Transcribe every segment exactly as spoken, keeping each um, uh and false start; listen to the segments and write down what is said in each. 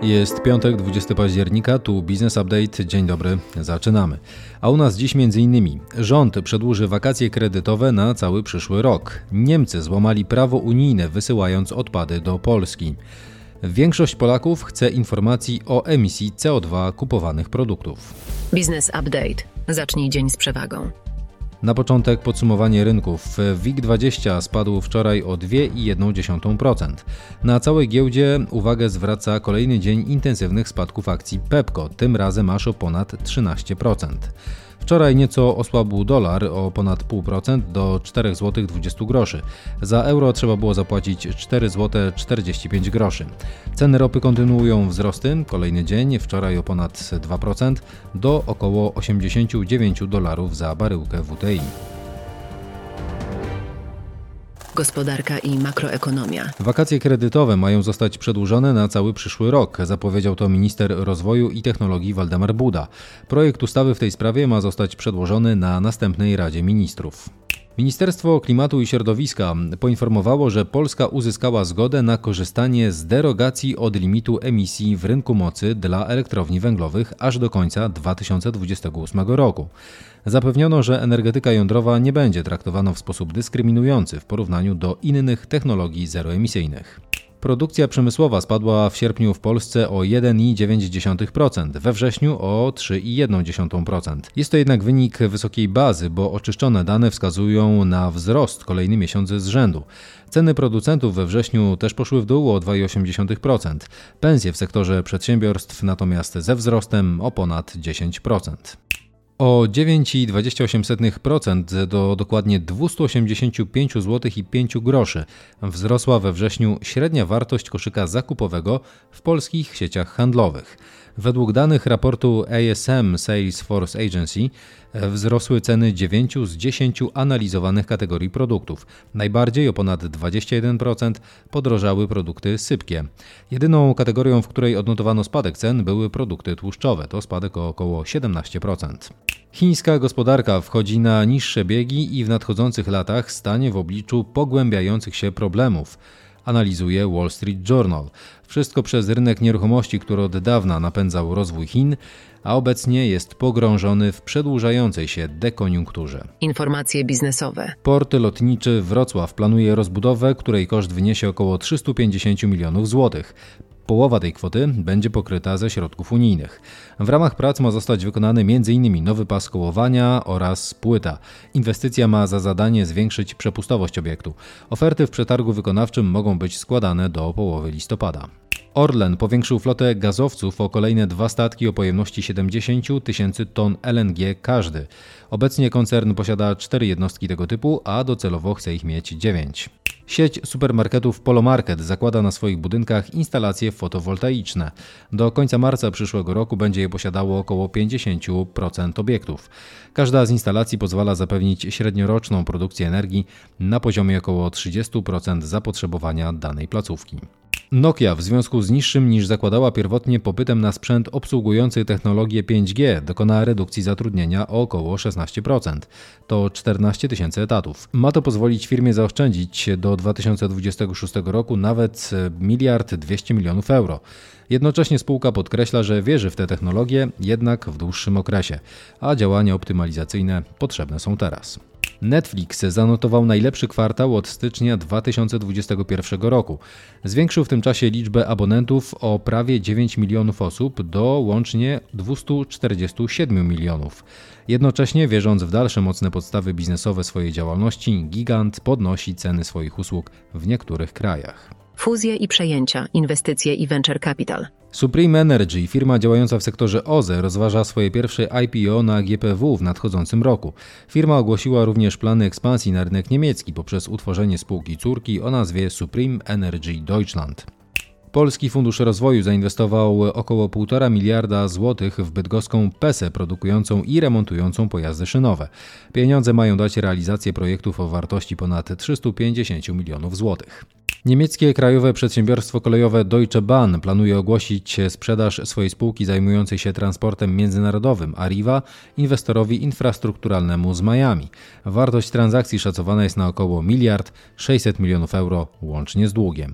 Jest piątek, dwudziestego października, tu Business Update. Dzień dobry, zaczynamy. A u nas dziś między innymi rząd przedłuży wakacje kredytowe na cały przyszły rok. Niemcy złamali prawo unijne, wysyłając odpady do Polski. Większość Polaków chce informacji o emisji C O dwa kupowanych produktów. Business Update. Zacznij dzień z przewagą. Na początek podsumowanie rynków. W I G dwadzieścia spadł wczoraj o dwa przecinek jeden procent. Na całej giełdzie uwagę zwraca kolejny dzień intensywnych spadków akcji Pepco, tym razem aż o ponad trzynaście procent. Wczoraj nieco osłabł dolar o ponad zero przecinek pięć procent do cztery złote dwadzieścia groszy. Za euro trzeba było zapłacić cztery złote czterdzieści pięć groszy. Ceny ropy kontynuują wzrosty. Kolejny dzień, wczoraj o ponad dwa procent do około osiemdziesiąt dziewięć dolarów za baryłkę W T I. Gospodarka i makroekonomia. Wakacje kredytowe mają zostać przedłużone na cały przyszły rok, zapowiedział to minister rozwoju i technologii Waldemar Buda. Projekt ustawy w tej sprawie ma zostać przedłożony na następnej Radzie Ministrów. Ministerstwo Klimatu i Środowiska poinformowało, że Polska uzyskała zgodę na korzystanie z derogacji od limitu emisji w rynku mocy dla elektrowni węglowych aż do końca dwa tysiące dwudziestego ósmego roku. Zapewniono, że energetyka jądrowa nie będzie traktowana w sposób dyskryminujący w porównaniu do innych technologii zeroemisyjnych. Produkcja przemysłowa spadła w sierpniu w Polsce o jeden przecinek dziewięć procent, we wrześniu o trzy przecinek jeden procent. Jest to jednak wynik wysokiej bazy, bo oczyszczone dane wskazują na wzrost kolejny miesiąc z rzędu. Ceny producentów we wrześniu też poszły w dół o dwa przecinek osiem procent. Pensje w sektorze przedsiębiorstw natomiast ze wzrostem o ponad dziesięć procent. O dziewięć przecinek dwadzieścia osiem procent do dokładnie dwieście osiemdziesiąt pięć złotych i pięć groszy wzrosła we wrześniu średnia wartość koszyka zakupowego w polskich sieciach handlowych. Według danych raportu A S M Salesforce Agency wzrosły ceny dziewięciu z dziesięciu analizowanych kategorii produktów. Najbardziej o ponad dwadzieścia jeden procent podrożały produkty sypkie. Jedyną kategorią, w której odnotowano spadek cen, były produkty tłuszczowe. To spadek o około siedemnaście procent. Chińska gospodarka wchodzi na niższe biegi i w nadchodzących latach stanie w obliczu pogłębiających się problemów, analizuje Wall Street Journal. Wszystko przez rynek nieruchomości, który od dawna napędzał rozwój Chin, a obecnie jest pogrążony w przedłużającej się dekoniunkturze. Informacje biznesowe. Port lotniczy Wrocław planuje rozbudowę, której koszt wyniesie około trzysta pięćdziesiąt milionów złotych. Połowa tej kwoty będzie pokryta ze środków unijnych. W ramach prac ma zostać wykonany między innymi nowy pas kołowania oraz płyta. Inwestycja ma za zadanie zwiększyć przepustowość obiektu. Oferty w przetargu wykonawczym mogą być składane do połowy listopada. Orlen powiększył flotę gazowców o kolejne dwa statki o pojemności siedemdziesiąt tysięcy ton L N G każdy. Obecnie koncern posiada cztery jednostki tego typu, a docelowo chce ich mieć dziewięć. Sieć supermarketów Polomarket zakłada na swoich budynkach instalacje fotowoltaiczne. Do końca marca przyszłego roku będzie je posiadało około pięćdziesiąt procent obiektów. Każda z instalacji pozwala zapewnić średnioroczną produkcję energii na poziomie około trzydzieści procent zapotrzebowania danej placówki. Nokia w związku z niższym niż zakładała pierwotnie popytem na sprzęt obsługujący technologię pięć G dokona redukcji zatrudnienia o około szesnaście procent. To czternaście tysięcy etatów. Ma to pozwolić firmie zaoszczędzić do dwa tysiące dwudziestego szóstego roku nawet miliard dwieście milionów euro. Jednocześnie spółka podkreśla, że wierzy w tę technologię, jednak w dłuższym okresie, a działania optymalizacyjne potrzebne są teraz. Netflix zanotował najlepszy kwartał od stycznia dwa tysiące dwudziestego pierwszego roku. Zwiększył w tym czasie liczbę abonentów o prawie dziewięć milionów osób do łącznie dwieście czterdzieści siedem milionów. Jednocześnie, wierząc w dalsze mocne podstawy biznesowe swojej działalności, gigant podnosi ceny swoich usług w niektórych krajach. Fuzje i przejęcia, inwestycje i venture capital. Supreme Energy, firma działająca w sektorze O Z E, rozważa swoje pierwsze I P O na G P W w nadchodzącym roku. Firma ogłosiła również plany ekspansji na rynek niemiecki poprzez utworzenie spółki córki o nazwie Supreme Energy Deutschland. Polski Fundusz Rozwoju zainwestował około półtora miliarda złotych w bydgoską Pesę produkującą i remontującą pojazdy szynowe. Pieniądze mają dać realizację projektów o wartości ponad trzysta pięćdziesiąt milionów złotych. Niemieckie krajowe przedsiębiorstwo kolejowe Deutsche Bahn planuje ogłosić sprzedaż swojej spółki zajmującej się transportem międzynarodowym Arriva inwestorowi infrastrukturalnemu z Miami. Wartość transakcji szacowana jest na około miliard sześćset milionów euro łącznie z długiem.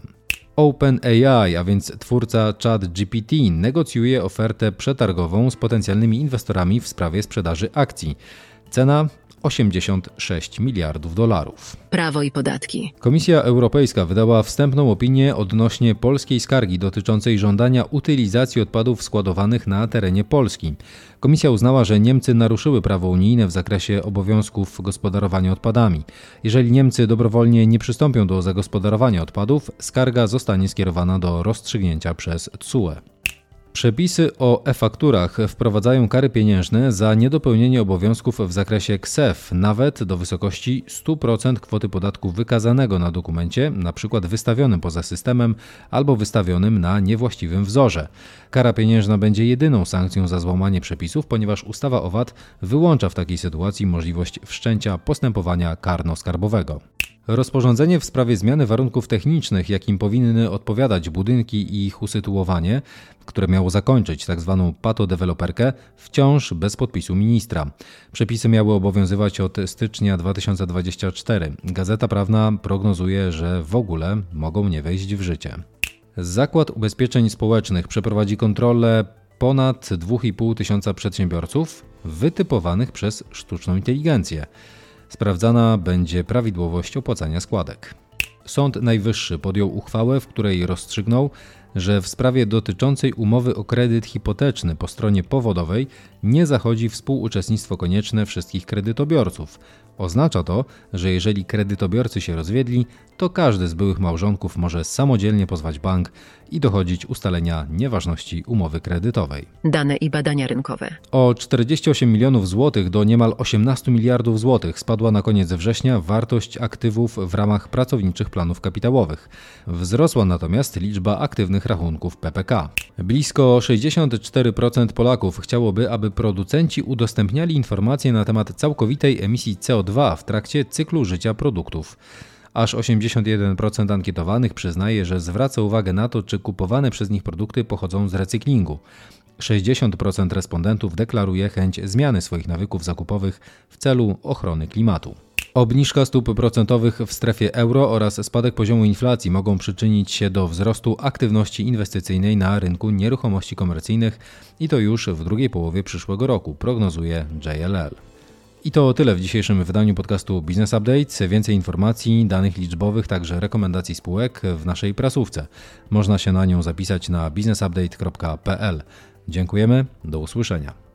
OpenAI, a więc twórca ChatGPT, negocjuje ofertę przetargową z potencjalnymi inwestorami w sprawie sprzedaży akcji. Cena osiemdziesiąt sześć miliardów dolarów. Prawo i podatki. Komisja Europejska wydała wstępną opinię odnośnie polskiej skargi dotyczącej żądania utylizacji odpadów składowanych na terenie Polski. Komisja uznała, że Niemcy naruszyły prawo unijne w zakresie obowiązków gospodarowania odpadami. Jeżeli Niemcy dobrowolnie nie przystąpią do zagospodarowania odpadów, skarga zostanie skierowana do rozstrzygnięcia przez T S U E. Przepisy o e-fakturach wprowadzają kary pieniężne za niedopełnienie obowiązków w zakresie K S E F, nawet do wysokości sto procent kwoty podatku wykazanego na dokumencie, np. wystawionym poza systemem albo wystawionym na niewłaściwym wzorze. Kara pieniężna będzie jedyną sankcją za złamanie przepisów, ponieważ ustawa o V A T wyłącza w takiej sytuacji możliwość wszczęcia postępowania karno-skarbowego. Rozporządzenie w sprawie zmiany warunków technicznych, jakim powinny odpowiadać budynki i ich usytuowanie, które miało zakończyć tzw. patodeweloperkę, wciąż bez podpisu ministra. Przepisy miały obowiązywać od stycznia dwa tysiące dwudziestego czwartego. Gazeta Prawna prognozuje, że w ogóle mogą nie wejść w życie. Zakład Ubezpieczeń Społecznych przeprowadzi kontrolę ponad dwa i pół tysiąca przedsiębiorców wytypowanych przez sztuczną inteligencję. Sprawdzana będzie prawidłowość opłacania składek. Sąd Najwyższy podjął uchwałę, w której rozstrzygnął, że w sprawie dotyczącej umowy o kredyt hipoteczny po stronie powodowej nie zachodzi współuczestnictwo konieczne wszystkich kredytobiorców. Oznacza to, że jeżeli kredytobiorcy się rozwiedli, to każdy z byłych małżonków może samodzielnie pozwać bank i dochodzić ustalenia nieważności umowy kredytowej. Dane i badania rynkowe. O czterdzieści osiem milionów złotych do niemal osiemnaście miliardów złotych spadła na koniec września wartość aktywów w ramach pracowniczych planów kapitałowych. Wzrosła natomiast liczba aktywnych rachunków P P K. Blisko sześćdziesiąt cztery procent Polaków chciałoby, aby producenci udostępniali informacje na temat całkowitej emisji C O dwa w trakcie cyklu życia produktów. Aż osiemdziesiąt jeden procent ankietowanych przyznaje, że zwraca uwagę na to, czy kupowane przez nich produkty pochodzą z recyklingu. sześćdziesiąt procent respondentów deklaruje chęć zmiany swoich nawyków zakupowych w celu ochrony klimatu. Obniżka stóp procentowych w strefie euro oraz spadek poziomu inflacji mogą przyczynić się do wzrostu aktywności inwestycyjnej na rynku nieruchomości komercyjnych i to już w drugiej połowie przyszłego roku, prognozuje J L L. I to tyle w dzisiejszym wydaniu podcastu Business Update. Więcej informacji, danych liczbowych, także rekomendacji spółek w naszej prasówce. Można się na nią zapisać na business update kropka p l. Dziękujemy, do usłyszenia.